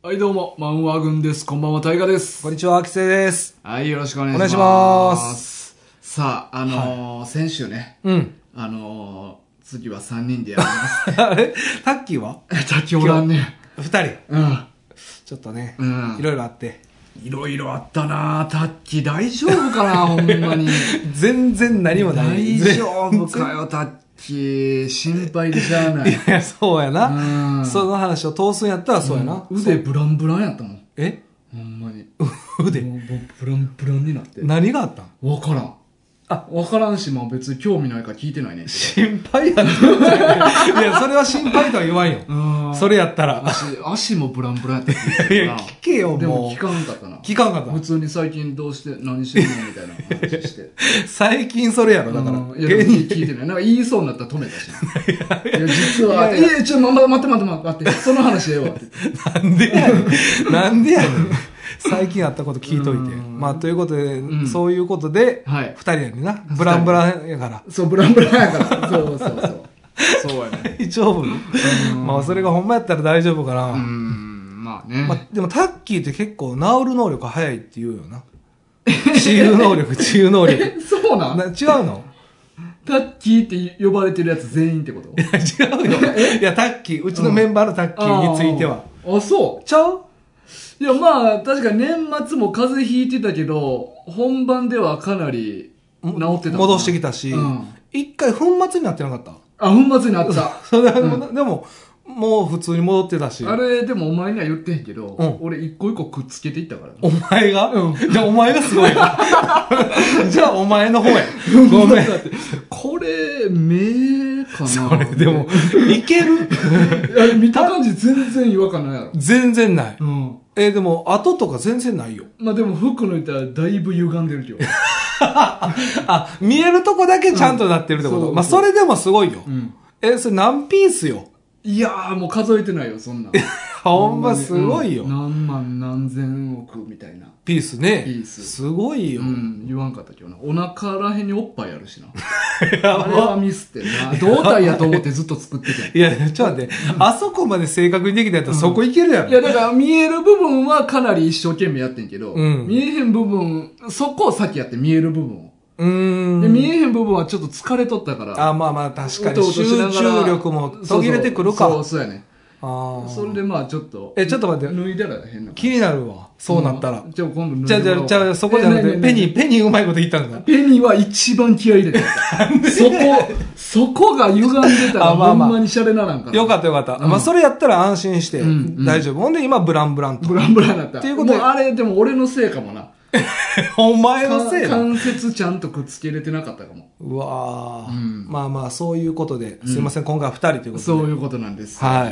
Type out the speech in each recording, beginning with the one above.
はいどうも、マンワ軍です。こんばんは、タイガです。 こんにちは、秋瀬です。 はい、よろしくお願いします。 お願いします。 さあ、先週ね、次は3人でやります。 あれタッキーはタッキーおらんね。 2人。 うん。 ちょっとね、 いろいろあって。 いろいろあったな。タッキー大丈夫かな、ほんまに。 全然何もない。 大丈夫かよ、タッキー。心配でしゃあない。 いや、そうやな。その話を通すんやったらそうやな。 腕ブランブランやったもん。 えほんまに。 腕もうブランブランになって。 何があったんわからん。わからんし、まあ別に興味ないから聞いてないねんけど。 心配やん。いや、それは心配とは言わんよ。それやったら。 足もブランブランやったいや、聞けよ、もう。 でも聞かんかったな。 聞かんかった。 普通に最近どうして、何してんのみたいな話して。 最近それやろ、だから。 いや、聞いてない。なんか言いそうになったら止めたしな。いや、実は、待って、その話ええわ。 なんでやねん。なんでやねん。最近あったこと聞いといて。まあ、ということで、そういうことで、二人やねんな。ブランブランやから。 そう、ブランブランやから。そう。そうやね。 大丈夫まあ、それがほんまやったら大丈夫かな。 まあね。 まあ、でもタッキーって結構治る能力早いって言うよな。治癒能力。 そうなん？ 違うの？ タッキーって呼ばれてるやつ全員ってこと？ いや、違うよ。いや、タッキー、うちのメンバーのタッキーについては。 あ、そうちゃう？ いや、まあ、確か年末も風邪ひいてたけど、本番ではかなり治ってた。 戻してきたし、一回粉末になってなかった？ あ、粉末になった。 それでも、もう普通に戻ってたし。 あれ、でもお前には言ってへんけど、俺一個一個くっつけていったから。 お前が？じゃあお前がすごい。じゃあお前の方や。ごめん。 これ、目かな？ それ、でも、いける？ 見た感じ全然違和感ないやろ。 全然ない。でも、跡とか全然ないよ。 まあでも服抜いたらだいぶ歪んでるけど。 あ、見えるとこだけちゃんとなってるってこと？まあそれでもすごいよ。それ何ピースよ？ いやーもう数えてないよ、そんな。 ほんますごいよ。 何万何千億みたいな。 ピースね。 ピース。 すごいよ。 言わんかったけどな。お腹らへんにおっぱいあるしな。あれはミスってんな。胴体やと思ってずっと作ってた。 いや、ちょっと待って。あそこまで正確にできたやったらそこいけるやろ。 いや、だから見える部分はかなり一生懸命やってんけど、見えへん部分、そこを先やって見える部分を。で、見えへん部分はちょっと疲れとったから。 まあ確かに。集中力も途切れてくるか。 そうやね。それでまあちょっと。 ちょっと待って。 脱いだら変な。 気になるわ。そうなったら。 じゃあ今度脱いだら。 じゃあそこじゃなくて、ペニーうまいこと言ったんだ。 ペニーは一番気合い入れてた。そこが歪んでたらほんまにシャレならんから。 よかった。まあそれやったら安心して大丈夫。ほんで今ブランブランと。 ブランブランだった。 っていうことで。 あれでも俺のせいかもな。 お前のせいだ。 関節ちゃんとくっつけれてなかったかも。 うわー。まあそういうことで、すいません、今回は2人ということで。 そういうことなんです。 はい。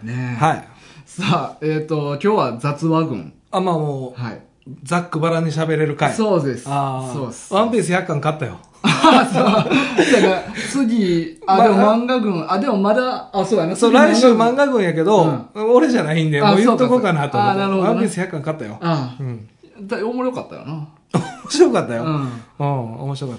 ね。 はい。 さあ、今日は雑話群。 まあもう、ざっくばらんに喋れる回。 そうです。 そうです。ワンピース100巻買ったよ。 そう。だから次、でも漫画群、でもまだ、そうやな。 そう、来週漫画群やけど、俺じゃないんで、もう言っとこうかなと思って。ワンピース100巻買ったよ。 おもろかったよな。 面白かったよ。面白かった。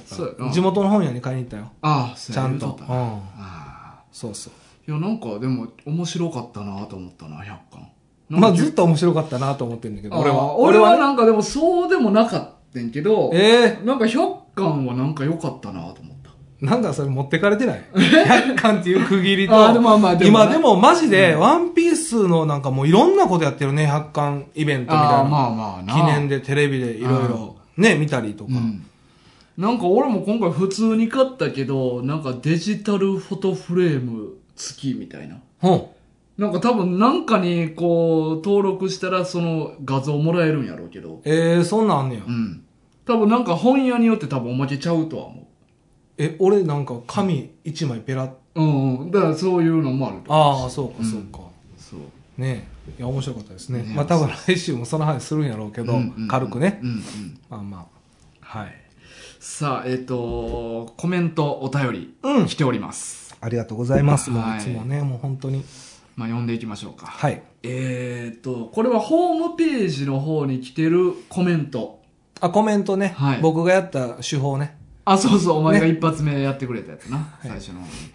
地元の本屋に買いに行ったよ。ちゃんと。そう。 いや、なんかでも面白かったなと思ったな、100巻。 まあずっと面白かったなと思ってるんだけど、 俺はなんかでもそうでもなかったんけど、なんか100巻はなんか良かったなと思った。 なんかそれ持ってかれてない ?100 巻っていう区切りと、今でもマジでワンピースのなんかもういろんなことやってるね、100巻イベントみたいな。記念でテレビでいろいろね、見たりとか。 なんか俺も今回普通に買ったけど、なんかデジタルフォトフレーム付きみたいな。なんか多分なんかにこう登録したらその画像もらえるんやろうけど。 そんなんあんねや。 多分なんか本屋によって多分おまけちゃうとは思う。 俺なんか紙1枚ペラッ。 だからそういうのもあると。 そうか。そうねいや面白かったですね。まあ多分来週もその話するんやろうけど、軽くね。まあ。はい。 さあ、コメントお便り来ております。 ありがとうございます。もういつもね、もう本当に。 まあ読んでいきましょうか。 はい。 これはホームページの方に来てるコメント。 コメントね。僕がやった手法ね。 そう、お前が一発目やってくれたやつな。最初の方に。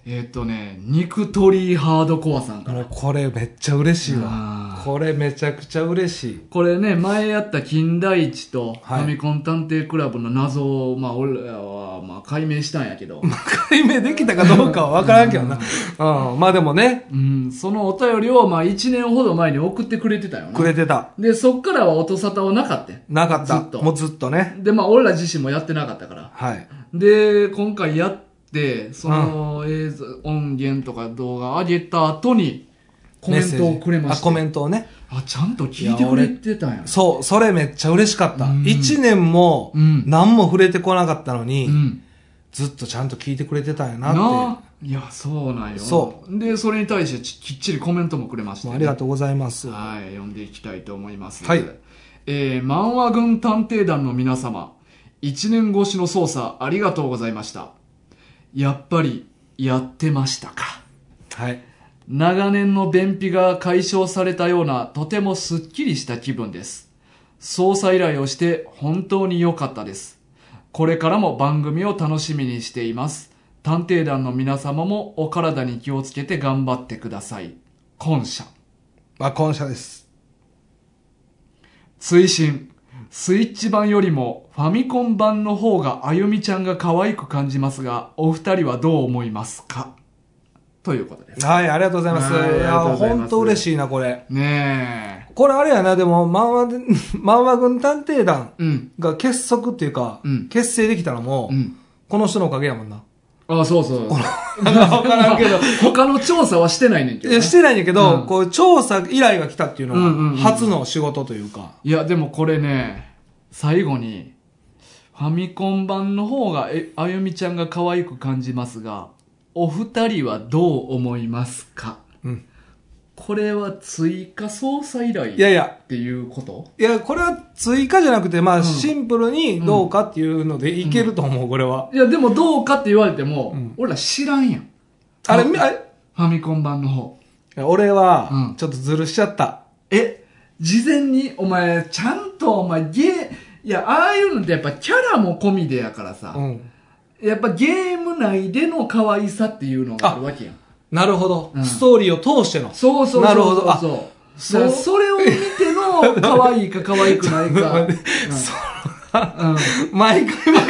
肉鳥ハードコアさんから。 これめっちゃ嬉しいわ。これめちゃくちゃ嬉しい。 これね、前やった金田一とファミコン探偵クラブの謎を、まあ俺らはまあ解明したんやけど。 解明できたかどうかはわからんけどな。まあでもね。 そのお便りをまあ1年ほど前に送ってくれてたよな。 くれてた。 で、そっからは音沙汰はなかった。 なかった。ずっと。もうずっとね。 で、まあ俺ら自身もやってなかったから。 はい。 で、今回やって、で、その映像、音源とか動画上げた後にコメントをくれました。 コメントをね。 ちゃんと聞いてくれてたんや。 そう、それめっちゃ嬉しかった。1年も何も触れてこなかったのに、ずっとちゃんと聞いてくれてたんやなって。 いや、そうなんよ。 そう。 で、それに対してきっちりコメントもくれまして、 ありがとうございます。 はい、読んでいきたいと思います。 はい。 漫画軍探偵団の皆様、1年越しの捜査ありがとうございました。やっぱりやってましたか。 はい。 長年の便秘が解消されたようなとてもスッキリした気分です。捜査依頼をして本当に良かったです。これからも番組を楽しみにしています。探偵団の皆様もお体に気をつけて頑張ってください。感謝。 感謝です。 追伸。スイッチ版よりもファミコン版の方があゆみちゃんが可愛く感じますが、お二人はどう思いますか、ということです。 はい、ありがとうございます。いや、本当嬉しいな、これ。 ねえ。 これあれやな、でも、漫画軍探偵団が結束っていうか、結成できたのも、この人のおかげやもんな。 そうそう。 わからんけど。 他の調査はしてないねんけど、ね。 してないねんけど、こう、調査依頼が来たっていうのは、初の仕事というか。 いや、でもこれね、最後に、ファミコン版の方が、あゆみちゃんが可愛く感じますが、お二人はどう思いますか。これは追加捜査依頼っていうこと？ いや、これは追加じゃなくて、まあ、シンプルにどうかっていうのでいけると思う、これは。 いや、でもどうかって言われても、俺ら知らんやん。 あれ、 ファミコン版の方。 俺は、ちょっとずるしちゃった。 事前に、お前、ちゃんと、いや、ああいうのってやっぱキャラも込みでやからさ、やっぱゲーム内での可愛さっていうのがあるわけやん。 なるほど、ストーリーを通しての。 そう。 なるほど。 それを見ての可愛いか可愛くないか。 毎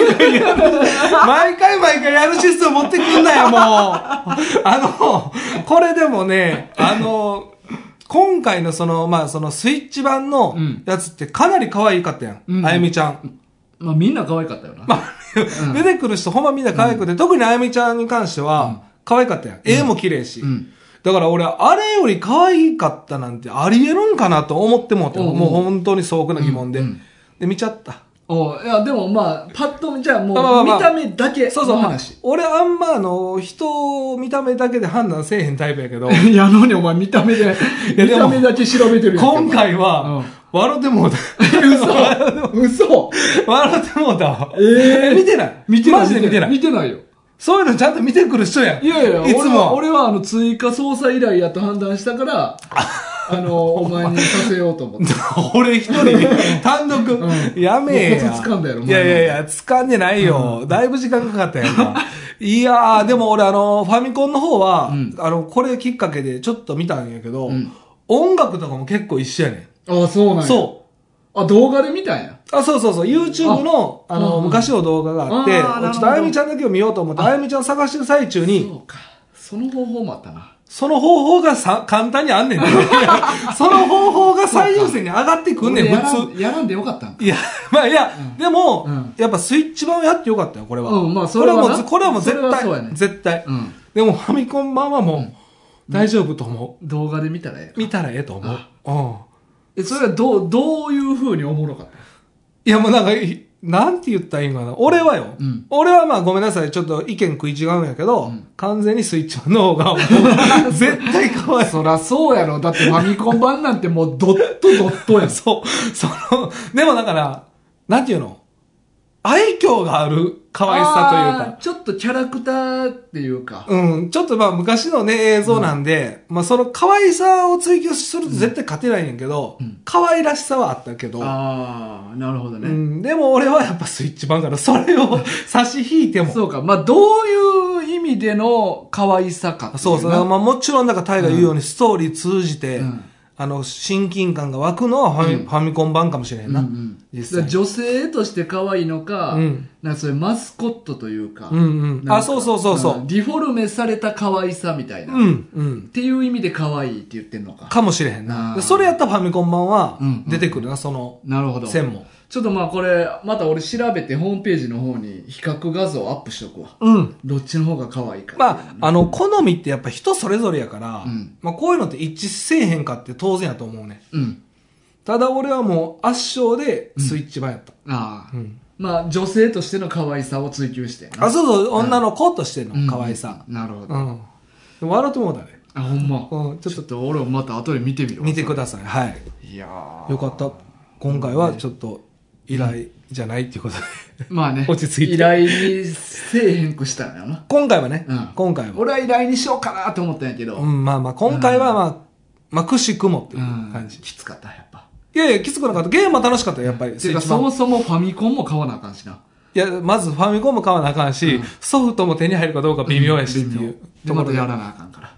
回やるシステム持ってくんなよ、もう。これでもね、今回のそのスイッチ版のやつってかなり可愛かったやん。あゆみちゃん。 まあみんな可愛かったよな。 出てくる人ほんまみんな可愛くて、特にあゆみちゃんに関しては可愛かったやん。絵も綺麗し。だから俺、あれより可愛かったなんてあり得るんかなと思ってもって、もう本当に素朴な疑問で。で、見ちゃった。 いや、でもまあ、パッと見、じゃあもう、見た目だけの話。 俺あんま人を見た目だけで判断せえへんタイプやけど。 いや、のにお前見た目だけ調べてるやん。 今回は、笑ってもうた。 嘘笑ってもうたわ。 見てないマジで見てない。 見てないよ。 そういうのちゃんと見てくる人やん。 いや、いつも。俺は追加捜査依頼やと判断したから、お前にさせようと思って。 俺一人、単独、やめえや。 コツ掴んだやろ、 いや、掴んでないよ。だいぶ時間かかったやんか。いやー、でも俺ファミコンの方は、これきっかけでちょっと見たんやけど、音楽とかも結構一緒やねん。 そうなんや。 そう。 動画で見たんや。 そう。YouTube の、昔の動画があって、ちょっとあゆみちゃんだけを見ようと思って、あゆみちゃん探してる最中に、 そうか。その方法もあったな。 その方法が簡単にあんねん。その方法が最優先に上がってくんねん、普通。やらんでよかったんか。 いや、でも、やっぱスイッチ版をやってよかったよ、これは。 それはこれはもう絶対。でもファミコン版はもう、大丈夫と思う。 動画で見たらええと思う。 それはどういう風におもろかった？ いやもうなんて言ったらいいんかな。俺は俺はまあごめんなさい、ちょっと意見食い違うんやけど、完全にスイッチ版の方が絶対可愛い。 そらそうやろ。だってファミコン版なんてもうドットやん。 そう。でもだから、なんていうの愛嬌がある可愛さというか。 ちょっとキャラクターっていうか。 ちょっとまあ昔のね、映像なんで、まあその可愛さを追求すると絶対勝てないねんけど、可愛らしさはあったけど。 なるほどね。 でも俺はやっぱスイッチ版からそれを差し引いても。 そうか。まあどういう意味での可愛さか。 そうそう。まあもちろんなんかタイが言うようにストーリー通じて、親近感が湧くのはファミコン版かもしれへんな。 実際女性として可愛いのか、なんかそういうマスコットというか。 そうそうそうそう。 ディフォルメされた可愛さみたいな。っていう意味で可愛いって言ってんのか。 かもしれへんな。それやったらファミコン版は出てくるな、その線も。 ちょっとまあこれ、また俺調べてホームページの方に比較画像アップしとくわ。どっちの方が可愛いか。 まあ、好みってやっぱ人それぞれやから、まあこういうのって一致せえへんかって当然やと思うね。ただ俺はもう圧勝でスイッチ版やった。 まあ女性としての可愛さを追求して。 そうそう、女の子としての可愛さ。 なるほど。 笑ってもうたね。 ほんま。ちょっと俺もまた後で見てみるわ。 見てください。はい。 いやー。よかった。今回はちょっと、依頼じゃないっていうことで。 まあね。 落ち着いて。 依頼にせえへんくしたんだよな。 今回はね。今回は。 俺は依頼にしようかなと思ったんやけど。 まあまあ、今回はまあ、くしくもっていう感じ。 きつかった、やっぱ。 いやいや、きつくなかった。ゲームは楽しかったよ、やっぱり。 ていうか、そもそもファミコンも買わなあかんしな。 いや、まずファミコンも買わなあかんし、ソフトも手に入るかどうか微妙やしっていう。 で、またやらなあかんから。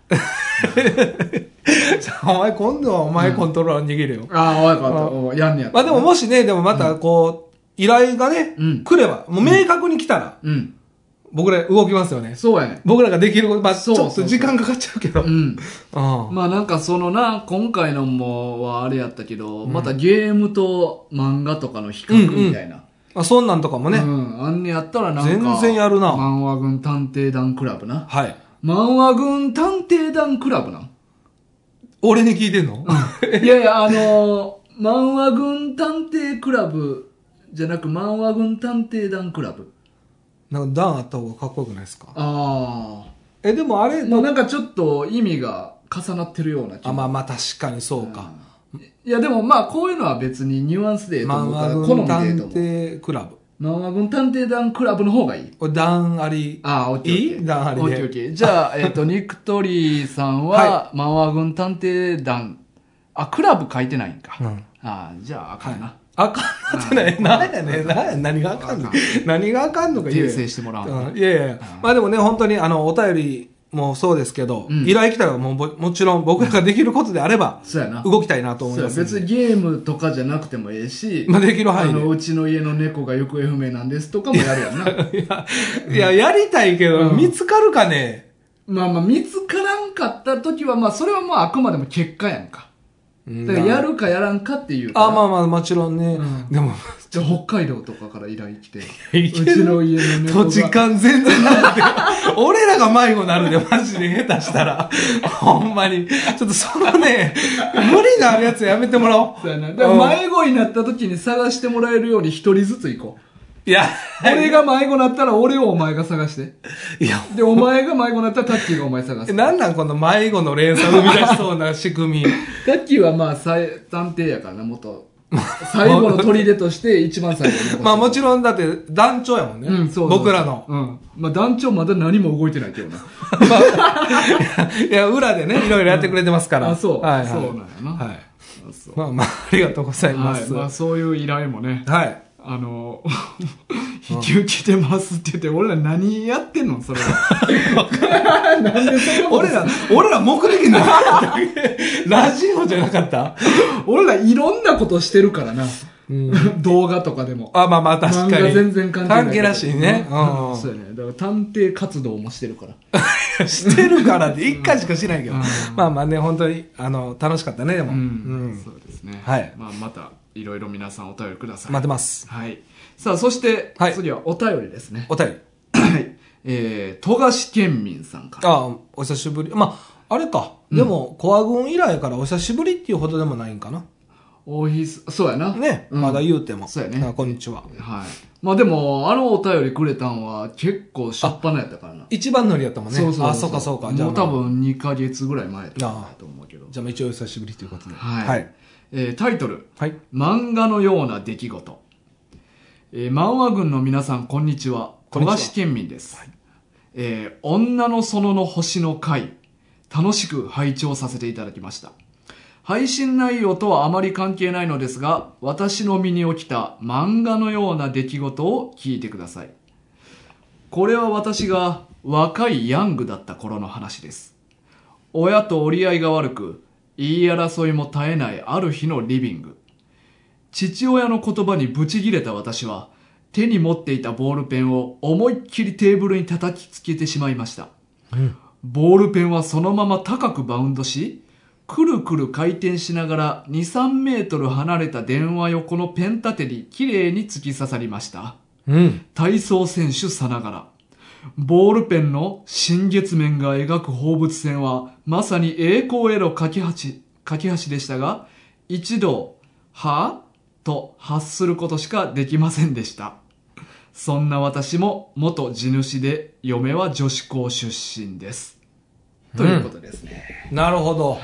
お前今度はお前コントローラー握れよ。 わかった。やんねやった。 まあでももしね、でもまたこう、依頼がね、来れば、もう明確に来たら、僕ら動きますよね。 そうやね。 僕らができること、まあちょっと時間かかっちゃうけど。 まあなんかそのな、今回のもはあれやったけど、またゲームと漫画とかの比較みたいな。 そんなんとかもね。 あんねやったらなんか。 全然やるな。 漫画軍探偵団クラブな。 はい。 漫画軍探偵団クラブなん俺に聞いてんのいやいや、漫画軍探偵クラブじゃなく、漫画軍探偵団クラブ。 なんか団あった方がかっこよくないですか？でもあれなんかちょっと意味が重なってるような気が。 まあまあ確かにそうか。 いやでもまあこういうのは別にニュアンスでと思うから、 好みでと思う。漫画軍探偵クラブ。 漫画軍探偵団クラブの方がいい。 団あり。 オッケー。 いい団ありで。 オッケーオッケー。じゃあ、ニクトリーさんは、漫画軍探偵団、クラブ書いてないんか。じゃあ、あかんな。 あかんなってない。何やねん。何があかんの何があかんのか訂正してもらう。 いやいや。まあでもね、本当にお便りもそうですけど、依頼来たらもちろん僕らができることであれば、動きたいなと思います。 別にゲームとかじゃなくてもええし、 まあできる範囲で。 うちの家の猫が行方不明なんですとかもやるやんな。 いや、やりたいけど、見つかるかね。 まあ見つからんかった時は、まあそれはまああくまでも結果やんか。だからやるかやらんかっていう。 まあもちろんね。でも、 じゃあ北海道とかから依頼来て。うちの家の猫が。 土地勘全然なくて。俺らが迷子になるで、マジで下手したら。ほんまに。ちょっとそのね、無理なあるやつやめてもらおう。 そうやな。だから迷子になった時に探してもらえるように一人ずつ行こう。 いや、 俺が迷子になったら俺をお前が探して。いや、で、お前が迷子になったらタッキーがお前探す。 なんこの迷子の連鎖生み出しそうな仕組み。 タッキーはまあ、探偵やからな、元。最後の砦として一番最後に。 まあもちろんだって団長やもんね。そう。僕らの。 まあ団長まだ何も動いてないけどな。 いや、裏でね、いろいろやってくれてますから。 そう。そうなんやな。 はい。まあ、ありがとうございます。 まあそういう依頼もね。 はい。 引き受けてますって言って、俺ら何やってんのそれは。なんでそんなこと俺ら目的なかったラジオじゃなかった俺らいろんなことしてるからな。動画とかでも。 まあ確かに。 漫画全然関係ない。 関係なしにね。 そうやね。だから探偵活動もしてるから。 してるからって一回しかしないけど。まあね、本当に、楽しかったね、でも。 そうですね。 はい。 まあまた、いろいろ皆さんお便りください。 待ってます。 はい。さあ、そして、次はお便りですね。 お便り。 はい。富樫県民さんから。 お久しぶり。まあ、あれか。でも、コア軍以来からお久しぶりっていうほどでもないんかな。 そうやな。 ね。まだ言うても。 そうやね。 こんにちは。 はい。まあでも、お便りくれたんは結構しょっぱなやったからな。 一番乗りやったもんね。そうか。 じゃあもう多分2ヶ月ぐらい前だと思うけど。 じゃあ一応お久しぶりということで。 はい。タイトル。 はい。 漫画のような出来事。 漫画軍の皆さん、こんにちは。富樫県民です。はい、女の園の星の回、楽しく拝聴させていただきました。配信内容とはあまり関係ないのですが、私の身に起きた漫画のような出来事を聞いてください。これは私が若いヤングだった頃の話です。親と折り合いが悪く、言い争いも絶えないある日のリビング。父親の言葉にブチギレた私は、手に持っていたボールペンを思いっきりテーブルに叩きつけてしまいました。ボールペンはそのまま高くバウンドし、くるくる回転しながら2、3メートル離れた電話横のペン立てにきれいに突き刺さりました。体操選手さながら。ボールペンの新月面が描く放物線はまさに栄光への架け橋でしたが、一度、はぁと発することしかできませんでした。そんな私も元地主で、嫁は女子校出身です。ということですね。 なるほど。 はい。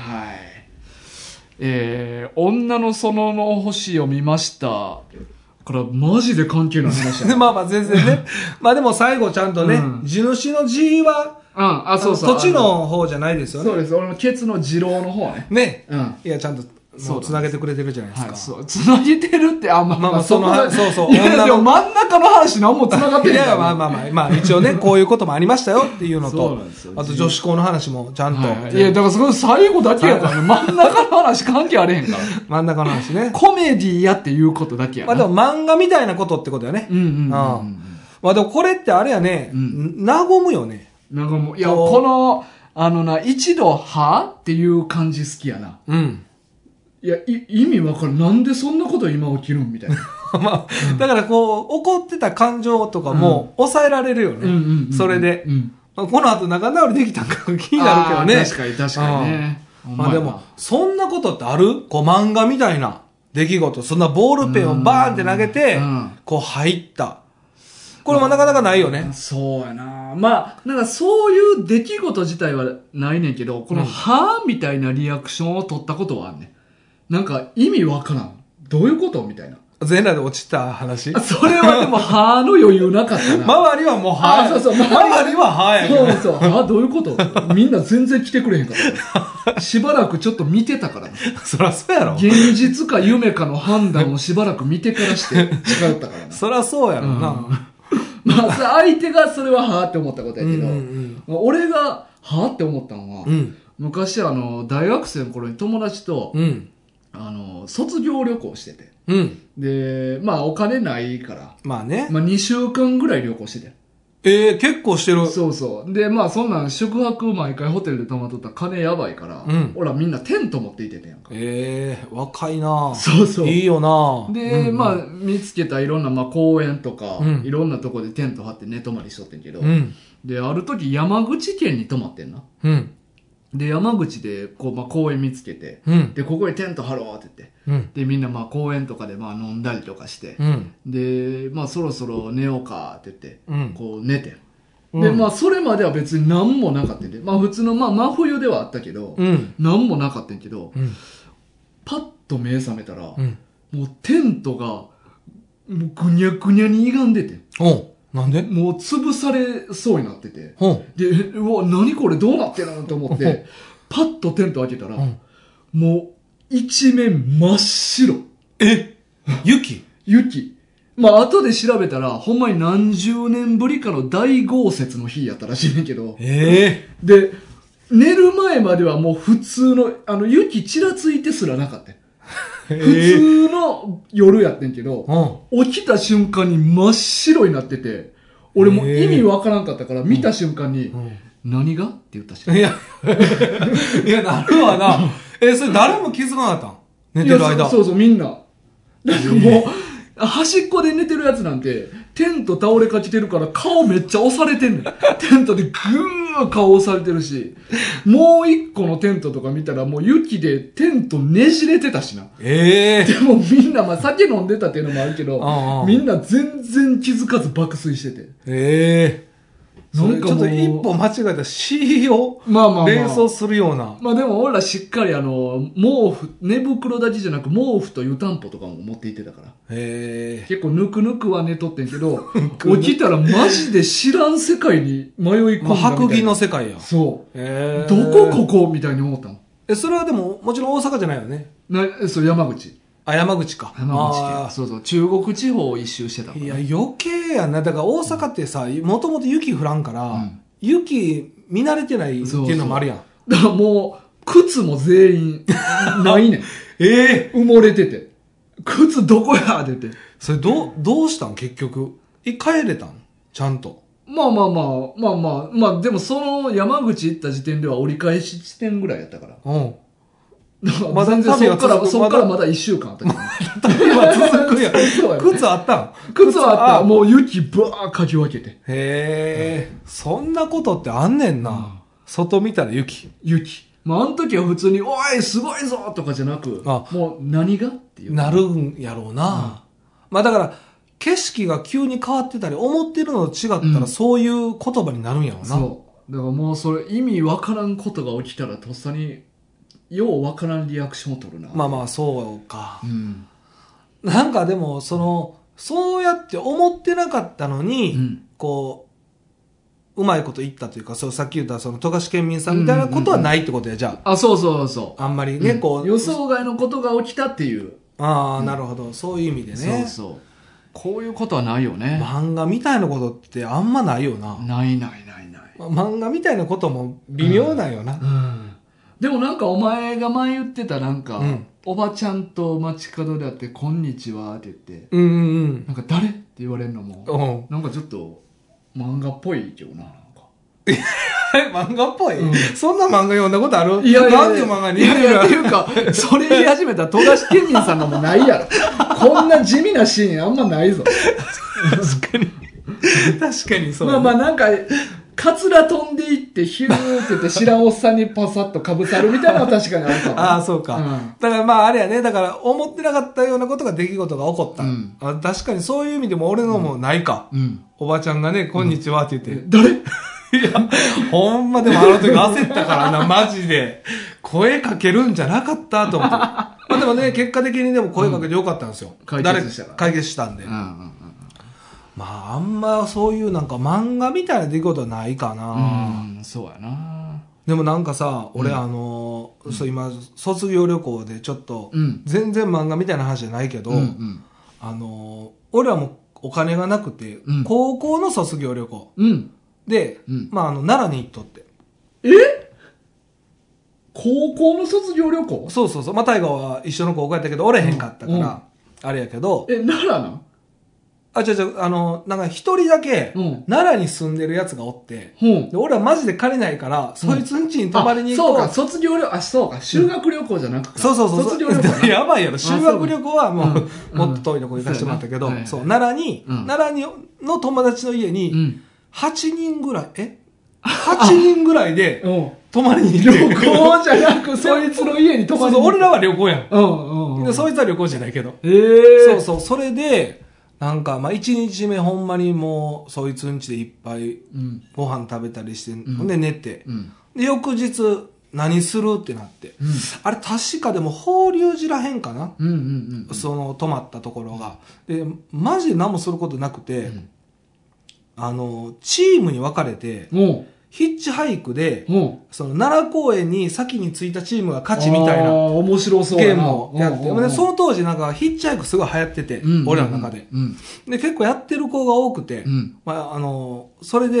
女の園の星を見ました。これマジで関係ない話だ。 まあ全然ね。まあでも最後ちゃんとね、地主の字は、そう土地の方じゃないですよね。 そうです。俺のケツの次郎の方ね。 ね。いや、ちゃんと。そう繋げてくれてるじゃないですか。 そう。繋げてるって、まあ、 そう。 いや、でも真ん中の話何も繋がってない。 いや、まあ、一応ね、こういうこともありましたよっていうのと、あと女子校の話もちゃんと。 いや、だからそこ最後だけやからね、真ん中の話関係あれへんから。 真ん中の話ね。 コメディやっていうことだけやな。 まあでも漫画みたいなことってことやね。まあでもこれってあれやね、和むよね。 和む。いや、この、一度、はっていう感じ好きやな。いや、意味わかる。なんでそんなこと今起きるんみたいな。 まあ、だからこう、怒ってた感情とかも抑えられるよね。それで。この後仲直りできたんか気になるけどね。 確かにね。 まあでも、そんなことってあるこう漫画みたいな出来事。そんなボールペンをバーンって投げて、こう入った。これもなかなかないよね。 そうやな。まあ、なんかそういう出来事自体はないねんけど、このはぁみたいなリアクションを取ったことはあんねん。なんか意味わからん。どういうことみたいな。 全裸で落ちた話それはでも、はーの余裕なかったな。 周りはもうはー。 そう。 周りははーやけど。 そう。はどういうことみんな全然来てくれへんから。しばらくちょっと見てたからな。 そらそうやろ。 現実か夢かの判断をしばらく見てからして違ったからな。 そらそうやろな。 まあ、相手がそれははーって思ったことやけど、俺がはーって思ったのは、昔大学生の頃に友達と、卒業旅行してて。で、まあお金ないから。 まあね。 まあ2週間ぐらい旅行してて。結構してる。 そう。で、まあそんなん宿泊毎回ホテルで泊まっとったら金やばいから、俺らみんなテント持っていててんやんか。 若いなそう。 いいよなで、まあ見つけたいろんな公園とか、いろんなとこでテント張って寝泊まりしとってんけど、で、ある時山口県に泊まってんな。で、山口で、公園見つけて、で、ここにテント張ろうって言って、で、みんな公園とかで飲んだりとかして、で、そろそろ寝ようかって言って、こう寝て。で、それまでは別に何もなかったんで、普通の真冬ではあったけど、何もなかったんけど、パッと目覚めたら、もうテントが、もうぐにゃぐにゃに歪んでて。 なんでもう潰されそうになってて。で、うわ、何これどうなってるのと思って、パッとテント開けたら、もう一面真っ白。 雪。 後で調べたら、ほんまに何十年ぶりかの大豪雪の日やったらしいねんけど。で、寝る前まではもう普通の、雪ちらついてすらなかった。普通の夜やってんけど、起きた瞬間に真っ白になってて、俺も意味わからんかったから見た瞬間に、何がって言ったし。 いや、なるわな。それ誰も気づかなかったん寝てる間。 そう、みんな。だってもう、端っこで寝てるやつなんて、テント倒れかけてるから顔めっちゃ押されてんねん。テントでぐーん顔押されてるし、もう一個のテントとか見たらもう雪でテントねじれてたしな。でもみんな酒飲んでたっていうのもあるけど、みんな全然気づかず爆睡してて。 なんかちょっと一歩間違えた C を連想するような。 まあでも俺らしっかり毛布、寝袋だけじゃなく毛布と湯たんぽとかも持って行ってたから。結構ぬくぬくは寝とってんけど、起きたらマジで知らん世界に迷い込んだみたいな。 白銀の世界や。 そう。どここみたいに思ったの。 それはでももちろん大阪じゃないよね。 そう、山口。 山口か。 山口県。そうそう。中国地方を一周してたから。 いや、余計やな。だから大阪ってさ、もともと雪降らんから、雪見慣れてないっていうのもあるやん。 だからもう、靴も全員、ないねん。埋もれてて。靴どこやって言って。 それどうしたん結局。帰れたんちゃんと。 まあ、でもその山口行った時点では折り返し地点ぐらいやったから。まだ全然そっからまだ1週間あったけど。 旅は続くやん。靴あったん靴はあった。もう雪バーかき分けて。 へえ、そんなことってあんねんな。外見たら雪。 まあ、あの時は普通に、おい、すごいぞとかじゃなく、もう何がっていう。 なるんやろうな。まあだから、景色が急に変わってたり、思ってるのと違ったら、そういう言葉になるんやろうな。 そう。だからもうそれ意味わからんことが起きたら、とっさに、ようわからんリアクションを取るな。 まあそうか。なんかでも、そうやって思ってなかったのに、こうまいこと言ったというか、さっき言った富樫県民さんみたいなことはないってことや、じゃあ。 そう。 あんまりね、 予想外のことが起きたっていう。 なるほど。そういう意味でね。 そう。こういうことはないよね。 漫画みたいなことってあんまないよな。 ない。 漫画みたいなことも微妙なんよな。 でもなんかお前が前言ってたなんか、おばちゃんと街角で会ってこんにちはって言って、なんか誰って言われるのも、なんかちょっと漫画っぽいけどな、なんか。 漫画っぽい、そんな漫画読んだことある？ いやなんで漫画にっていうか、それ言い始めたら富樫県民さんがもうないやろ。こんな地味なシーンあんまないぞ。 確かにそう、 まあなんか、カツラ飛んでいってヒューって言って知らんおっさんにパサッとかぶさるみたいなのは確かにあるかも。 ああ、そうか。だからまああれやね、だから思ってなかったようなことが出来事が起こった。確かにそういう意味でも俺のもないか。おばちゃんがね、こんにちはって言って。 誰？ いや、ほんまでもあの時焦ったからな、マジで。声かけるんじゃなかったと思って。まあでもね、結果的にでも声かけてよかったんですよ。 解決したから。 解決したんで。まあ、あんまそういうなんか漫画みたいな出来事はないかな。 そうやな。 でもなんかさ、俺そう今、卒業旅行でちょっと、全然漫画みたいな話じゃないけど、俺はもうお金がなくて、高校の卒業旅行。で、まあ奈良に行っとって。 高校の卒業旅行？ そう。まあ大河は一緒の高校やったけど、折れへんかったから、あれやけど。 奈良なん？ なんか一人だけ、奈良に住んでるやつがおって、で俺はマジで借りないから、そいつん家に泊まりに行こう。 そうか、卒業旅行、そうか、修学旅行じゃなくて。 そう。 卒業旅行。 やばいやろ。修学旅行はもっと遠いとこ行かせてもらったけど、奈良の友達の家に、8人ぐらいで、泊まりに行って。 旅行じゃなく、そいつの家に泊まりに行って。 俺らは旅行やん。そいつは旅行じゃないけど。それで、なんか、まあ、1日目ほんまにもう、そいつん家でいっぱいご飯食べたりして、ほんで寝て、で、翌日何するってなって、あれ確かでも法隆寺らへんかな、泊まったところが。で、マジで何もすることなくて、チームに分かれて、ヒッチハイクで、奈良公園に先に着いたチームが勝ちみたいな面白そうゲームをやって、でその当時なんかヒッチハイクすごい流行ってて、俺らの中で。で、結構やってる子が多くて、まあ、それで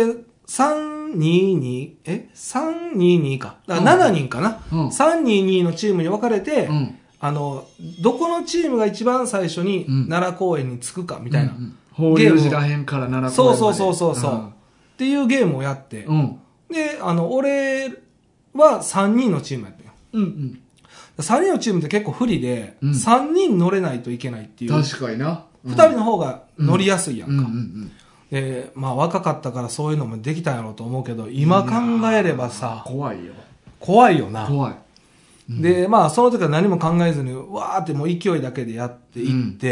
322、322か。だから7人かな。322のチームに分かれて、どこのチームが一番最初に奈良公園に着くかみたいな。 法隆寺らへんから奈良公園まで。 そう。っていうゲームをやって、で、俺は3人のチームやったよ。3人のチームって結構不利で、3人乗れないといけないっていう。 確かにな。 2人の方が乗りやすいやんか。で、まあ若かったからそういうのもできたんやろうと思うけど、今考えればさ、 怖いよ。 怖いよな。 怖い。 で、まあその時は何も考えずに、わーってもう勢いだけでやっていって、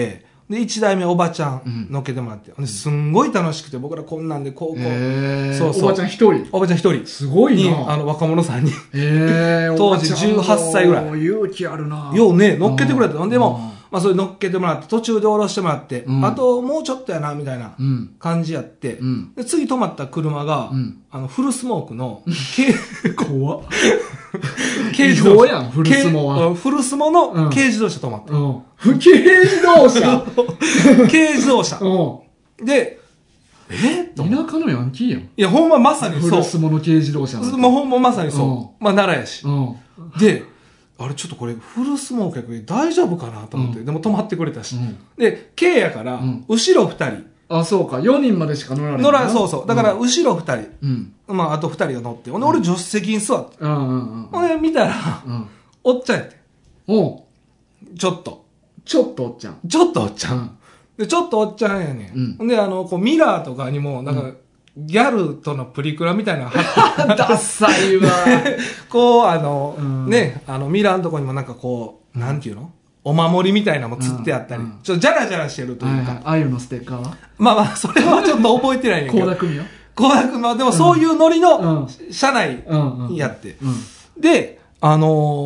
で、1台目おばちゃん乗っけてもらって。すんごい楽しくて、僕らこんなんで、こう。 そうそう。おばちゃん一人。 おばちゃん一人。 すごいな。 若者さんに。当時18歳ぐらい。 勇気あるな。 ようね、乗っけてくれた。でも、まあそれ乗っけてもらって、途中で降ろしてもらって、あともうちょっとやな、みたいな感じやって、で次止まった車が、フルスモークの、 怖っ。 軽自動車。 やん、フルスモは。 フルスモの軽自動車止まった。 軽自動車軽自動車。で、 田舎のヤンキーやん。いや、ほんままさにそう。 フルスモの軽自動車。 ほんままさにそう。まあ奈良やし。で、あれちょっとこれフルスモークやけど大丈夫かなと思って。でも止まってくれたし。で、軽やから、後ろ2人。 あ、そうか。4人までしか乗らない。 そうそう。だから、後ろ2人。まあ、あと2人が乗って。俺、助手席に座って。ほんで、見たら、おっちゃんやって。ちょっとおっちゃん。ちょっとおっちゃん。で、ちょっとおっちゃんやねん。ほんで、こう、ミラーとかにも、なんか、ギャルとのプリクラみたいなの貼って。 ダッサいわ。 こう、ね、ミラーのとこにもなんかこう、なんていうのお守りみたいなのも釣ってあったり、ちょっとジャラジャラしてるというか。 ああいうのステッカーはまあまあ、それはちょっと覚えてないねんけど。 倖田來未よ。 倖田來未は、でもそういうノリの、車内やって。で、奈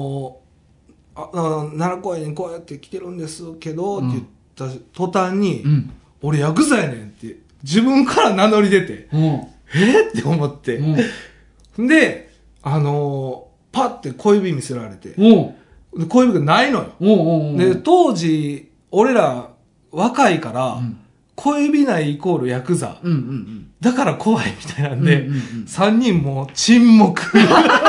良公園にこうやって来てるんですけど、って言った途端に、俺ヤクザやねんって、自分から名乗り出て、って思って。で、パッて小指見せられて、小指がないのよ。で、当時、俺ら若いから、小指ないイコールヤクザ。だから怖いみたいなんで、3人も沈黙。い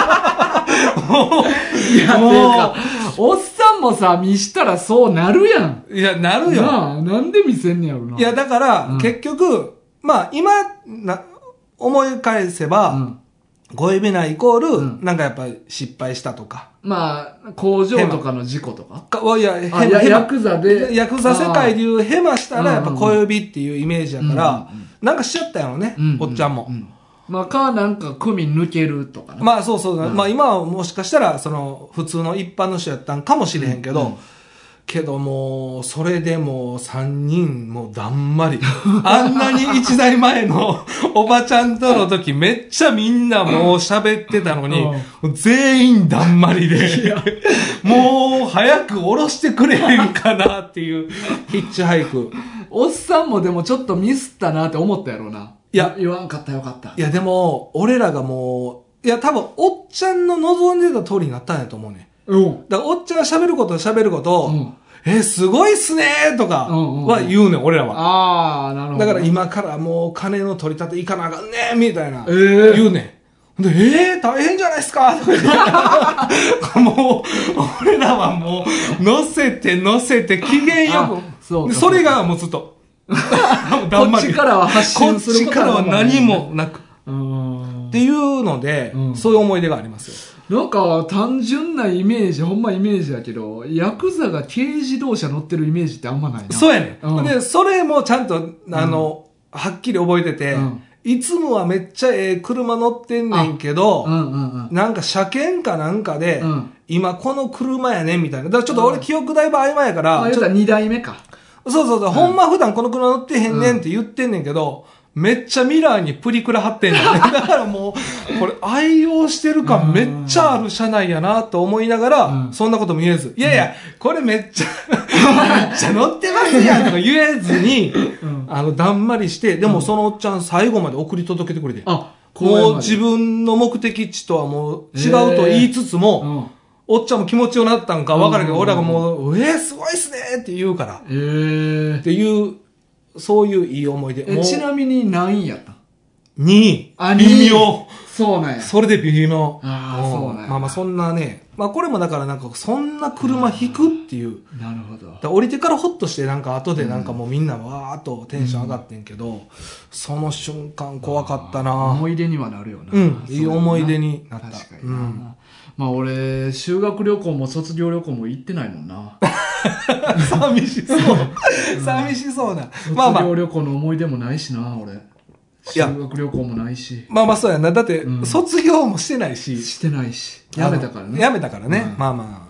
や、もう、おっさんもさ、見したらそうなるやん。 いや、なるよ。 なんで見せんねやろな。 いや、だから、結局、まあ、今、思い返せば、小指ないイコール、なんかやっぱり失敗したとか。 まあ、工場とかの事故とか。 いや、 ヤクザで。 ヤクザ世界でいうヘマしたら、やっぱ小指っていうイメージやから、なんかしちゃったやろね、おっちゃんも。 まあ、なんか、組抜けるとかね。 まあ、そうそう。まあ、今はもしかしたら、普通の一般の人やったんかもしれへんけど、けどもう、それでもう3人もうだんまり。あんなに1台前のおばちゃんとの時めっちゃみんなもう喋ってたのに、全員だんまりで、もう早く降ろしてくれへんかなっていうヒッチハイク。 おっさんもでもちょっとミスったなって思ったやろうな。 いや、 言わんかったよかった。 いやでも、俺らがもう、いや多分おっちゃんの望んでた通りになったんやと思うね。だからおっちゃんが喋ること、すごいっすねーとかは言うねん、俺らは。 ああ、なるほど。 だから今からもう金の取り立ていかなあかんねーみたいな。言うねん。で、大変じゃないっすかとか言って。もう、俺らはもう、乗せて機嫌よく。それがもうずっと。 こっちからは発信することこっちからは何もなく。っていうので、そういう思い出がありますよ。 なんか単純なイメージ、ほんまイメージやけど、ヤクザが軽自動車乗ってるイメージってあんまないな。 そうやねん。で、それもちゃんと、はっきり覚えてて、いつもはめっちゃ車乗ってんねんけど、なんか車検かなんかで、今この車やねんみたいな。だからちょっと俺記憶だいぶ曖昧やから。 まあ言うたら2代目か。 そう、ほんま普段この車乗ってへんねんって言ってんねんけど、めっちゃミラーにプリクラ貼ってんねん。だからもう、これ愛用してる感めっちゃある車内やなと思いながら、そんなことも言えず、いやいや、これめっちゃ乗ってますやんとか言えずに、だんまりして、でもそのおっちゃん最後まで送り届けてくれて。もう自分の目的地とはもう違うと言いつつも、おっちゃんも気持ちよなったんか分かるけど、俺らがもう、すごいっすねって言うから。っていう、そういういい思い出。 ちなみに何位やった ?2 位。微妙。 そうなんや。 それで微妙。 そうなんや。 まあそんなね。まあこれもだからなんかそんな車引くっていう。 なるほど。 降りてからホッとしてなんか後でなんかもうみんなわーっとテンション上がってんけど、その瞬間怖かったな。 思い出にはなるよな。 いい思い出になった。 確かにな。まあ俺、修学旅行も卒業旅行も行ってないもんな。 寂しそう。寂しそうな。 卒業旅行の思い出もないしな、俺。修学旅行もないし。 まあそうやな。だって、卒業もしてないし。 してないし。やめたからね。 やめたからね。まあ。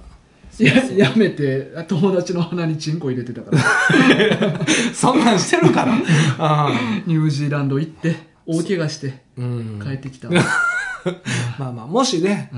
やめて、友達の鼻にチンコ入れてたから。 そんなんしてるから。 ニュージーランド行って、大怪我して、帰ってきた。 まあまあ、もしね、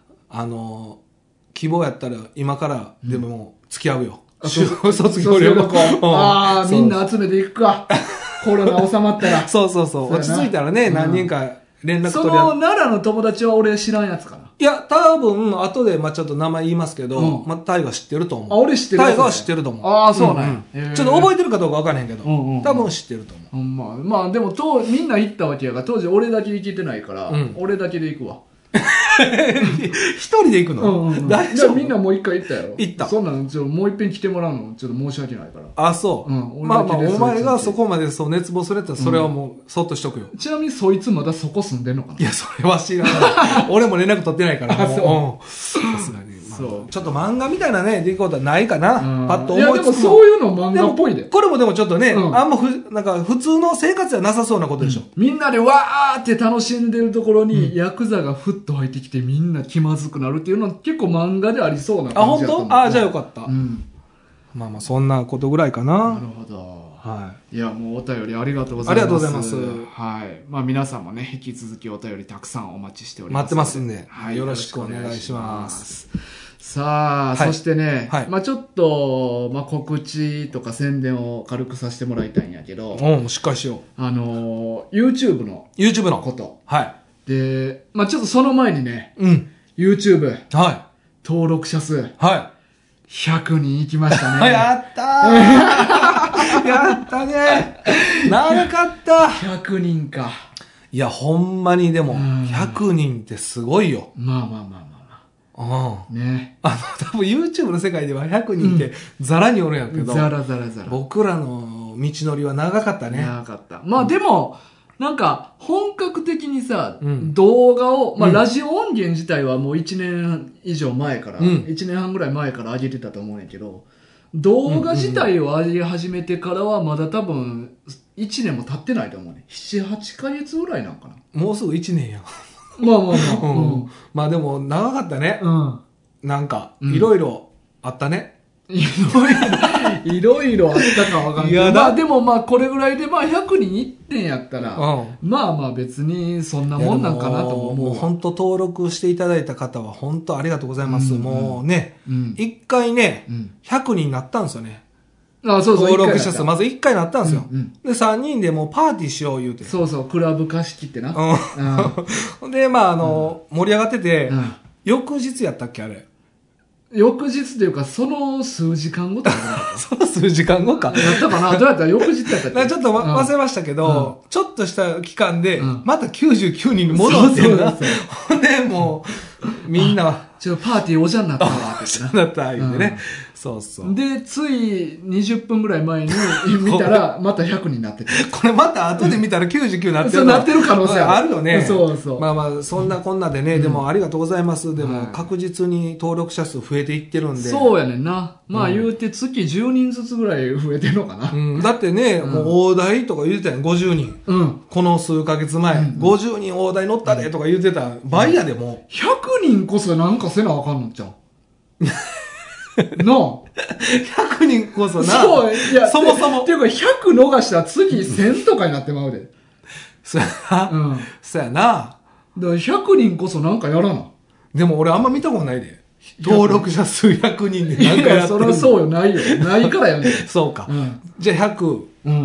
希望やったら今からでももう付き合うよ。卒業旅行。 みんな集めていくか。コロナ収まったら。 そう。落ち着いたらね、何人か連絡取り合う。 その奈良の友達は俺知らんやつかな。 いや、多分、後で、ちょっと名前言いますけど、タイガ知ってると思う。 俺知ってる。 タイガは知ってると思う。 ああ、そうなんや。ちょっと覚えてるかどうかわからへんけど、多分知ってると思う。まあ、でも、みんな行ったわけやから、当時俺だけ行けてないから、俺だけで行くわ。 一人で行くの？大丈夫？ みんなもう一回行ったやろ。 行った。 そんなの、もう一遍来てもらうの、ちょっと申し訳ないから。 あ、そう。まあ、お前がそこまで熱望するやったら、それはもう、そっとしとくよ。 ちなみにそいつまだそこ住んでんのかな？ いや、それは知らない。俺も連絡取ってないから。そう。さすがに。そう。ちょっと漫画みたいなね、出来事はないかな。パッと思いつつも。いや、でもそういうの漫画っぽいで。 これもでもちょっとね、あんまなんか普通の生活じゃなさそうなことでしょ。 みんなでわーって楽しんでるところに、ヤクザがふっと入ってきてみんな気まずくなるっていうのは結構漫画でありそうな感じだった。 あ、本当？あ、じゃあよかった。まあ、そんなことぐらいかな。 なるほど。はい。いや、もうお便りありがとうございます。 ありがとうございます。 はい。まあ皆さんもね、引き続きお便りたくさんお待ちしております。 待ってますんで、はい。よろしくお願いします。 さあ、そしてね、まあちょっと、告知とか宣伝を軽くさせてもらいたいんやけど、 しっかりしよう。YouTube のこと。 はい。 で、ちょっとその前にね、YouTube。 はい。 登録者数。 はい。 100人行きましたね。 やったーやったね長かった !100 人か。 いや、ほんまにでも、100人ってすごいよ。 まあ。ね。 多分 YouTube の世界では100人ってザラにおるんやけど。 ザラ。 僕らの道のりは長かったね。 長かった。まあでも、なんか、本格的にさ、動画を、ラジオ音源自体はもう1年以上前から、1年半ぐらい前から上げてたと思うんやけど、動画自体を上げ始めてからはまだ多分、1年も経ってないと思うね。7、8ヶ月ぐらいなんかな。 もうすぐ1年や。まあでも、長かったね。なんか、いろいろあったね。 いろいろあったかわかんないけど。でもこれぐらいで100人いってんやったら、別にそんなもんなんかなと思う。 もう本当登録していただいた方は本当ありがとうございます。もうね、一回ね、100人になったんですよね。登録者数、まず1回なったんですよ。で、3人でもうパーティーしよう言うて。 そう、クラブ貸し切ってな。 で、盛り上がってて、翌日やったっけあれ。 翌日というか、その数時間後とかその数時間後か。 やったかなどうやったら翌日やったっけちょっと忘れましたけど、ちょっとした期間で、また99人に戻ってるな。ほんで、もう、みんなは。 パーティーおじゃんなったわ。 おじゃんなった、言うてね。そうそう。 で、つい20分ぐらい前に見たら、また100人になってて。 これまた後で見たら99になってる。 そうなってる可能性あるよね。 そう。 そんなこんなでね、でもありがとうございます。でも確実に登録者数増えていってるんで。 そうやねんな。言うて月10人ずつぐらい増えてるのかな。 だってね、もう大台とか言うてたやん、50人。この数ヶ月前、50人大台乗ったでとか言うてた倍やでも。 100人こそなんかせなあかんのちゃうなあ。 100人こそな。 そう、いや、 そもそも。 っていうか、100逃したら次1000とかになってまうで。 そうやな。そうやな。だから100人こそなんかやらな。 でも俺あんま見たことないで。登録者数100人で何かやってる。 そりゃそうよ、ないよ。ないからやねん。 そうか。じゃあ100。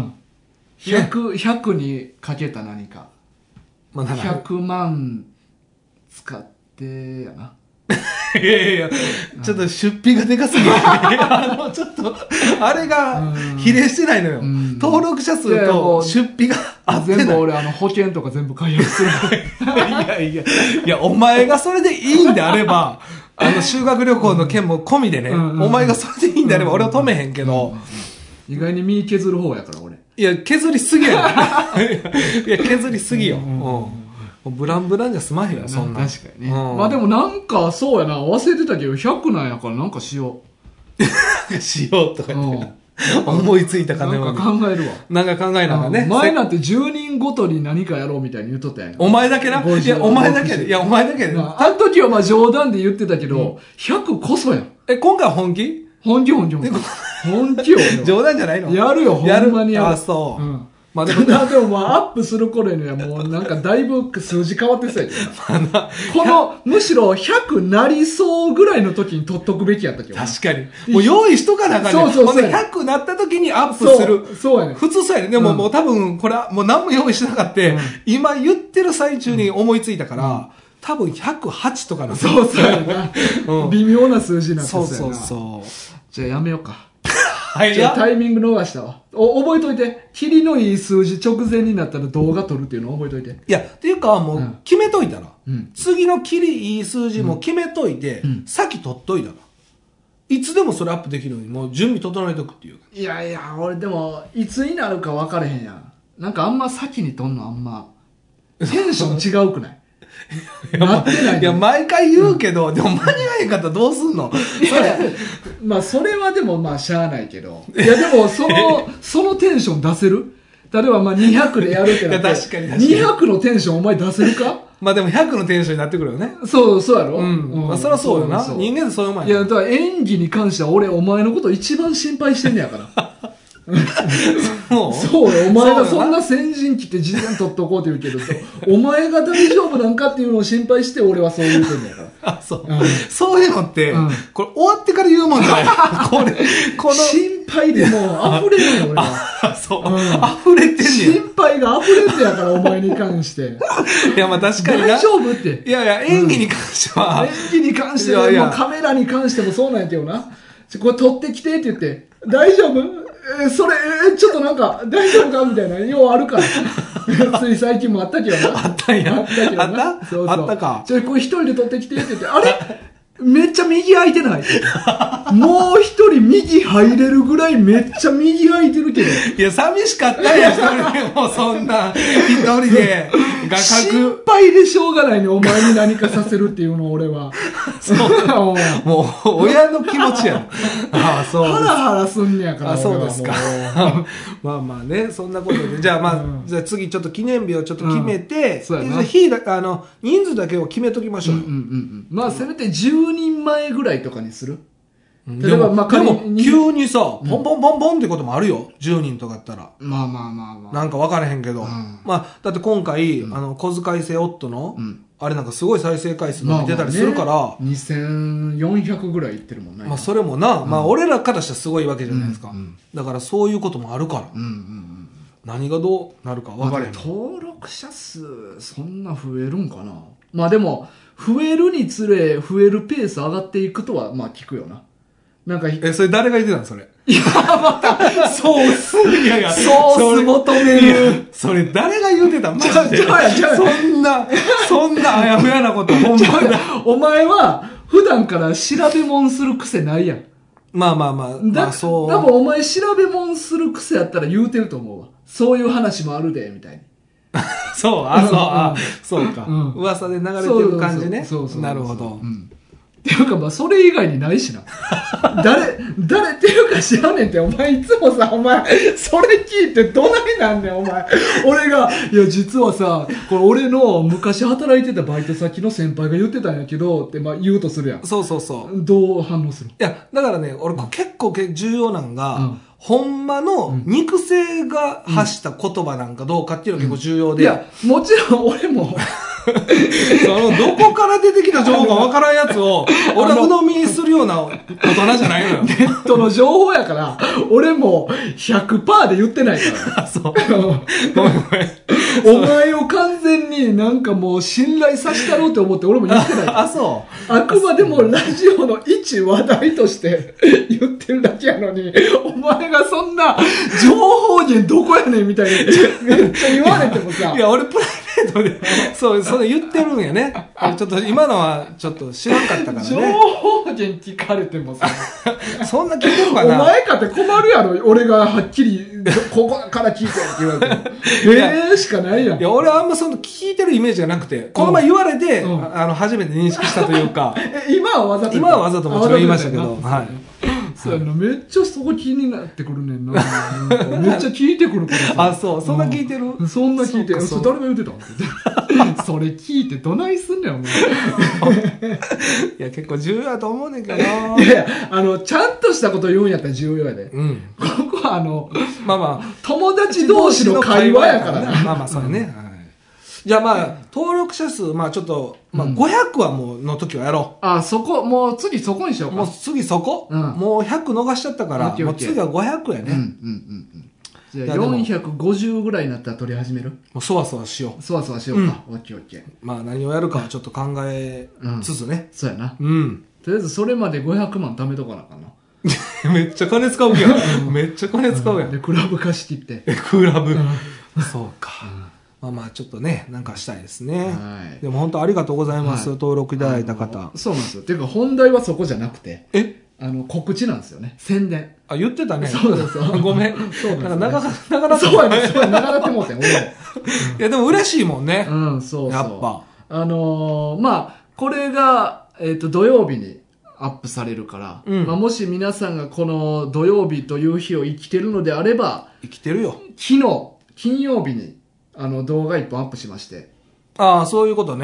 100にかけた何か。100万使ってやな。 いや、ちょっと出費がでかすぎる。ちょっと、あれが比例してないのよ。登録者数と出費が合ってない。 全部俺保険とか全部解約する。 いや、お前がそれでいいんであれば、修学旅行の件も込みでね、お前がそれでいいんであれば俺は止めへんけど。 意外に身削る方やから俺。 いや、削りすぎや。いや、削りすぎよ。ブランブランじゃ済まへんよ、そんな。 確かにね。でもなんか、そうやな、忘れてたけど、100なんやからなんかしよう。しようとか言って。思いついたかね。 なんか考えるわ。 なんか考えながらね。 前なんて10人ごとに何かやろうみたいに言っとったやん。 お前だけないや、お前だけで。いや、お前だけで。 あの時は冗談で言ってたけど、100こそやん。 今回は本気本気よ。 冗談じゃないの？ やるよ、ほんまにやる。 あ、そう。 まあでもアップする頃にはもうなんかだいぶ数字変わってたよ。この、むしろ100なりそうぐらいの時に撮っとくべきやったけど。 確かに。もう用意しとかなあかんね。そう。100なった時にアップする。 そうやね。 普通そうやね。でももう多分これはもう何も用意しなかった。今言ってる最中に思いついたから、多分108とかな。 そうやな。微妙な数字になってたよな。 そう。 じゃあやめようか。 はい、 じゃあタイミング逃したわ。覚えといて。キリのいい数字直前になったら動画撮るっていうのを覚えといて。 いや、っていうかもう決めといたら。次のキリいい数字も決めといて、先撮っといたら。いつでもそれアップできるようにもう準備整えとくっていう。 いや、俺でも、いつになるか分かれへんやん。なんかあんま先に撮んのあんま、テンション違うくないなってない。 いや、毎回言うけど、でも間に合えんかったらどうすんの？ まあ、それはでもまあ、しゃあないけど。いや、でも、そのテンション出せる？例えばまあ200でやるってなって。 確かに。 200のテンションお前出せるか？ まあでも100のテンションになってくるよね。 そうやろ？ まあそりゃそうよな。人間ってそういうもんや。 いや、だから演技に関しては俺お前のこと一番心配してんねやから。そうよ、お前がそんな先陣切って事前取っとこうって言うけど、お前が大丈夫なんかっていうのを心配して俺はそう言うてんねやから。 あ、そう。そういうのって、これ終わってから言うもんじゃない。この心配でもう溢れるよ、俺は。 そう。溢れてんねん。 心配が溢れてやから、お前に関して。 いや、まあ確かに。 大丈夫って。 いや、演技に関しては。 演技に関しては、もうカメラに関してもそうなんやけどな。これ撮ってきてって言って、大丈夫？それ、ちょっとなんか、大丈夫かみたいな、ようあるから。つい最近もあったけどな。 あったんや。 あったけどな。 あった？ そう。 あったか。 これ一人で撮ってきてって言って、あれめっちゃ右空いてないもう一人右入れるぐらいめっちゃ右空いてるけど。 いや、寂しかったやん、一人で。もうそんな、一人で、画角。 心配でしょうがないね、お前に何かさせるっていうの、俺は。 そう。もう、親の気持ちやん。ああ、そう。 ハラハラすんねやから。 あ、そうですか。まあまあね、そんなことで。じゃあまあ、じゃあ次ちょっと記念日をちょっと決めて、 そうやな。 人数だけを決めときましょう。 まあ、せめて10人前ぐらいとかにする。 例えば、まあ、でも、急にさ、ポンポンポンポンってこともあるよ。10人とかだったら。 まあ。 なんか分からへんけど。まあ、だって今回、小遣い制夫の、あれなんかすごい再生回数が出たりするから。 2400ぐらいいってるもんね。 まあ、それもな、まあ、俺らからしたらすごいわけじゃないですか。だから、そういうこともあるから。何がどうなるか分からへん。 登録者数、そんな増えるんかな。まあでも、増えるにつれ、増えるペース上がっていくとは、まあ聞くよな。なんか、 それ誰が言ってたのそれ。 いや、また、ソース。 いやいや、 ソース求める。 それ誰が言ってたのマジで。 じゃあ。 そんなあやふやなこと、ほんまだ。 お前は、普段から調べ物する癖ないやん。 まあ。そう。 多分お前調べ物する癖やったら言うてると思うわ。そういう話もあるで、みたいに。 そうか。噂で流れてる感じね。なるほど。 っていうか、まあ、それ以外にないしな。誰っていうか知らねんって、お前いつもさ、それ聞いてどないなんねん、お前。俺が、いや、実はさ、これ俺の昔働いてたバイト先の先輩が言ってたんやけど、ってまあ言うとするやん。 そう。 どう反応する？ いや、だからね、俺結構重要なんが、ほんまの肉声が発した言葉なんかどうかっていうのが結構重要で。 いや、もちろん俺も、 どこから出てきた情報がわからんやつを、俺は鵜呑みにするような大人じゃないのよ。 ネットの情報やから、俺も 100% で言ってないから。 そう。ごめん。 お前を完全になんかもう信頼させたろうと思って俺も言ってない。 あ、そう。 あくまでもラジオの一話題として言ってるだけやのに、お前がそんな情報源どこやねんみたいにめっちゃ言われてもさ。 いや、俺プライベートで、それ言ってるんやね。ちょっと今のはちょっと知らんかったからね。 情報源聞かれてもさ。 そんな聞いてるかな。 お前かって困るやろ。俺がはっきり、ここから聞いてって言われても。しかないやん。 いや、俺はあんまその聞いてるイメージがなくて、この前言われて、初めて認識したというか。 今はわざともちろん言いましたけど。はい。 そうやな、めっちゃそこ気になってくるねんな。めっちゃ聞いてくるからさ。 あ、そう。そんな聞いてる？ そんな聞いてる。誰が言ってたん？ それ聞いてどないすんねん、お前。 いや、結構重要だと思うねんけどな。 いや、ちゃんとしたこと言うんやったら重要やで。 うん。 ここはまあまあ、 友達同士の会話やからな。 まあまあ、そうね。はい。じゃあまあ、登録者数、まあちょっと、まあ500はもうの時はやろう。あ、そこ、もう次そこにしようか。 もう次そこ、もう100逃しちゃったから、もう次は500やね。 じゃあ450ぐらいになったら撮り始める？ もうそわそわしよう。 そわそわしようか。オッケーオッケー。 まあ何をやるかはちょっと考えつつね。 そうやな。 うん。 とりあえずそれまで500万貯めとかなあかんな。 めっちゃ金使うやん。めっちゃ金使うやん。 で、クラブ貸し切って。 クラブ。そうか。まあまあちょっとね、なんかしたいですね。はい。でも本当ありがとうございます。登録いただいた方。 そうなんですよ。ていうか本題はそこじゃなくて。告知なんですよね。宣伝。 あ、言ってたね。 そうですよ。 ごめん。 そうなんです。長らそうやね。そうや、長らってもうてん、俺。いや、でも嬉しいもんね。 うん、そうそう。 やっぱ。 まあ、これが、土曜日にアップされるから、まあ、もし皆さんがこの土曜日という日を生きてるのであれば、 生きてるよ。 昨日、金曜日に、動画一本アップしまして。 ああ、そういうことね。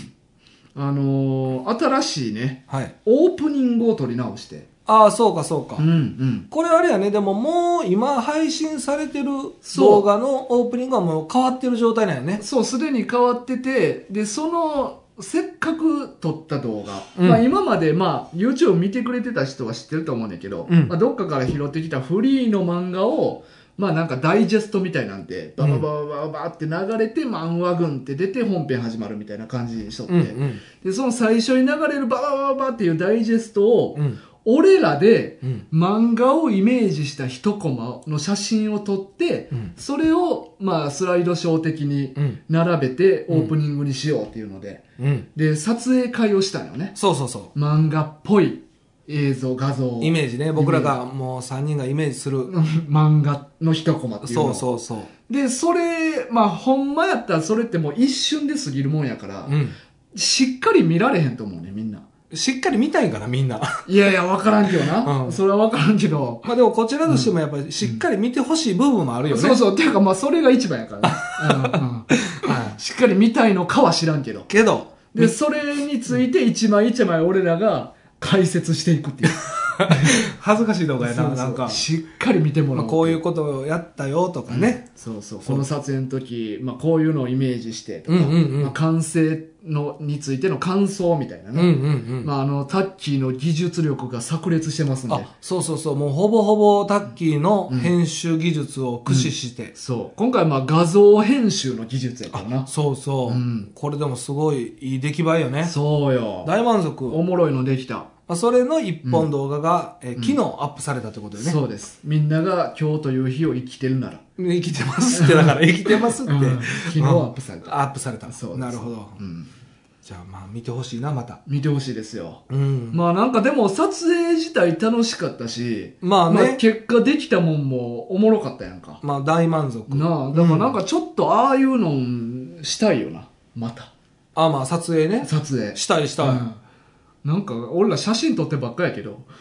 新しいね、 はい、 オープニングを撮り直して。 ああ、そうかそうか。これあれやね、でももう今配信されてる動画のオープニングはもう変わってる状態なんやね。 そう、すでに変わってて、で、せっかく撮った動画、まあ今までYouTube 見てくれてた人は知ってると思うんだけど、どっかから拾ってきたフリーの漫画を、なんかダイジェストみたいなんで、ババババババって流れて、漫画軍って出て本編始まるみたいな感じにしとって、で、その最初に流れるバババババっていうダイジェストを、俺らで漫画をイメージした一コマの写真を撮って、それをスライドショー的に並べてオープニングにしようっていうので、で、撮影会をしたのよね。 そうそうそう。 漫画っぽい映像、画像。 イメージね。僕らがもう3人がイメージする。 漫画の一コマっていうの。 そうそうそう。 で、それ、ほんまやったらそれってもう一瞬で過ぎるもんやから、しっかり見られへんと思うね、みんな。 しっかり見たいんかな、みんな。 いやいや、わからんけどな。それはわからんけど。 でもこちらとしてもやっぱりしっかり見てほしい部分もあるよね。 そうそう。ていうかそれが一番やからね。しっかり見たいのかは知らんけど。で、それについて一枚一枚俺らが解説していくっていう。 恥ずかしい動画やな、なんか。 しっかり見てもらう。 こういうことをやったよとかね。 そうそう。この撮影の時、こういうのをイメージしてとか、完成についての感想みたいなね。タッキーの技術力が炸裂してますんで。 そうそうそう。もうほぼほぼタッキーの編集技術を駆使して。 そう。今回画像編集の技術やからな。 そうそう。これでもすごいいい出来栄えよね。 そうよ。 大満足。 おもろいのできた。 それの一本動画が、昨日アップされたってことよね。 そうです。みんなが今日という日を生きてるなら。 生きてますって、だから生きてますって。 昨日アップされた。 アップされた。そう。なるほど。じゃあ見てほしいな、また。 見てほしいですよ。なんかでも撮影自体楽しかったし、結果できたもんもおもろかったやんか。 大満足。 だからなんかちょっとああいうのしたいよな、また。 撮影ね。 撮影。 したい。 なんか、俺ら写真撮ってばっかやけど。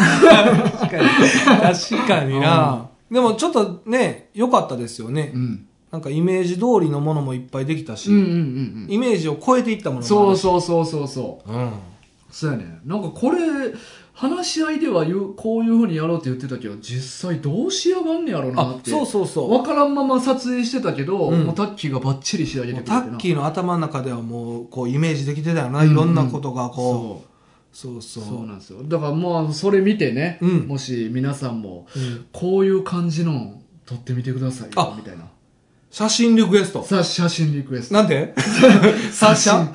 確かにな。でもちょっとね、良かったですよね。なんかイメージ通りのものもいっぱいできたし、イメージを超えていったものもあるし。そう。そうやね。なんかこれ、話し合いではこういう風にやろうって言ってたけど、実際どう仕上がんねやろうなって。わからんまま撮影してたけど、もうタッキーがバッチリ仕上げてくれてな。 タッキーの頭の中ではもう、こうイメージできてたよな。いろんなことがこう。そうなんですよ。だからそれ見てね、もし皆さんも、こういう感じの撮ってみてくださいよ、みたいな。 写真リクエスト。 写真リクエスト。 なんで写真。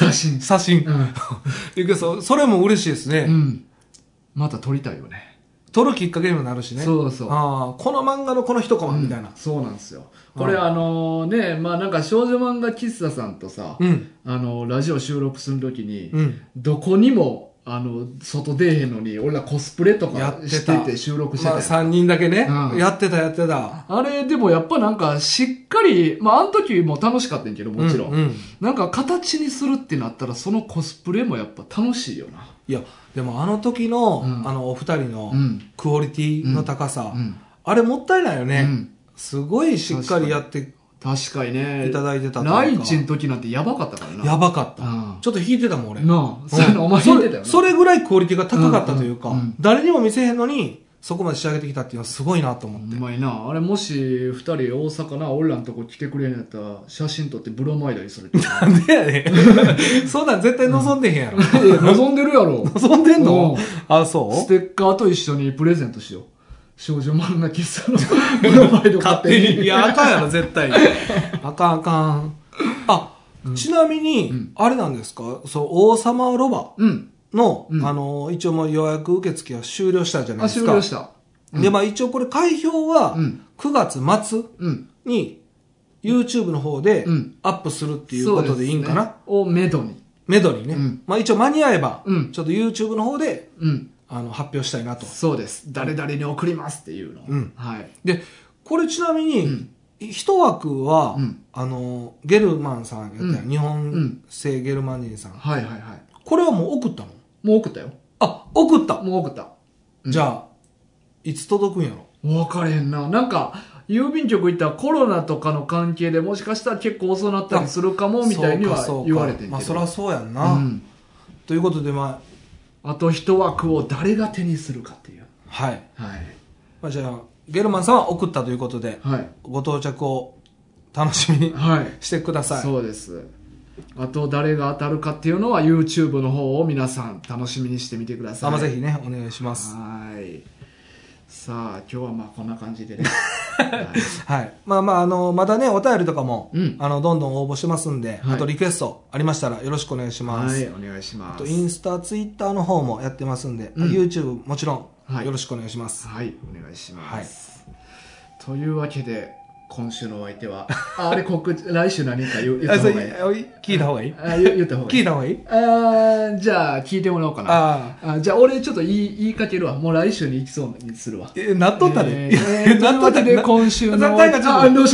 リクエスト。それも嬉しいですね。 また撮りたいよね。 撮るきっかけにもなるしね。 そう。 この漫画のこの一コマみたいな。 そうなんですよ。これなんか少女漫画喫茶さんとさ、ラジオ収録するときに、どこにも、外出えへんのに、俺らコスプレとかしてて収録してた。 3人だけね。やってた。 あれ、でもやっぱなんか、しっかり、あの時も楽しかったんやけど、もちろん。なんか形にするってなったら、そのコスプレもやっぱ楽しいよな。 いや、でもあの時の、お二人のクオリティの高さ、あれもったいないよね。すごいしっかりやって確かにね。 いただいてたというか。 ライチの時なんてやばかったからな。 やばかった。ちょっと引いてたもん、俺。 なあ。お前引いてたよな。 それぐらいクオリティが高かったというか、誰にも見せへんのに、そこまで仕上げてきたっていうのはすごいなと思って。 うまいな。あれもし、二人大阪な、俺らのとこ来てくれんやったら、写真撮ってブロマイドにされてる。 なんでやねん。そんなん絶対望んでへんやろ。 望んでるやろ。 望んでんのあ、そうステッカーと一緒にプレゼントしよう。少女漫画喫茶のブロマイド勝手に。いや、あかんやろ、絶対。あかんあかん。あ、ちなみに、あれなんですか、そう、王様ロバの、一応もう予約受付は終了したじゃないですか。 終了した。 で、まあ一応これ開票は、9月末に、YouTube の方でアップするっていうことでいいんかな、 をメドに。 メドにね。まあ一応間に合えば、ちょっと YouTube の方で、発表したいなと。 そうです。誰々に送りますっていうの。はい。 で、これちなみに、一枠は、ゲルマンさんやったよ。日本製ゲルマン人さん。 はいはいはい。 これはもう送ったの？ もう送ったよ。 あ、送った。 もう送った。 じゃあ、いつ届くんやろ？ わかれへんな。なんか、郵便局行ったらコロナとかの関係でもしかしたら結構遅なったりするかもみたいには言われてんけど。 まあそりゃそうやんな。ということでまあ、あと一枠を誰が手にするかっていう。 はい。 はい。 まあじゃあ、ゲルマンさんは送ったということで、はい、ご到着を楽しみにしてください。 そうです。あと誰が当たるかっていうのは YouTube の方を皆さん楽しみにしてみてください。 ぜひね、お願いします。 はい。さあ、今日はまあこんな感じでね。 はい。まあまあ、まだね、お便りとかも、どんどん応募してますんで、あとリクエストありましたらよろしくお願いします。 はい、お願いします。 あと、インスタ、ツイッターの方もやってますんで、YouTube もちろんよろしくお願いします。 はい、お願いします。というわけで、今週のお相手は、あれ来週何か言った方がいい？ 聞いた方がいい？ 言った方がいい？聞いた方がいい？ じゃあ聞いてもらおうかな。じゃあ俺ちょっと言いかけるわ。もう来週に行きそうにするわ。 なっとったで。 なっとったで今週の。どう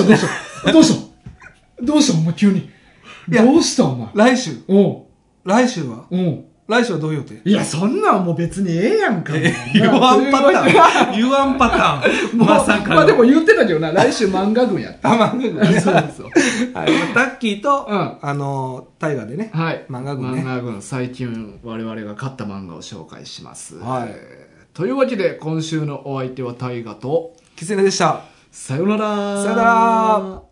したお前急に。どうしたお前。 来週は来週はどういう予定？ いや、そんなんもう別にええやんか。 言わんパターン。言わんパターン。まさか。 まあでも言ってたけどな、来週漫画軍やった。 漫画軍ね。 そうですよ。 はい。タッキーと、大河でね。 はい。 漫画軍ね。 漫画軍、最近我々が買った漫画を紹介します。 はい。 というわけで、今週のお相手は大河と、 キツネでした。 さよなら。 さよなら。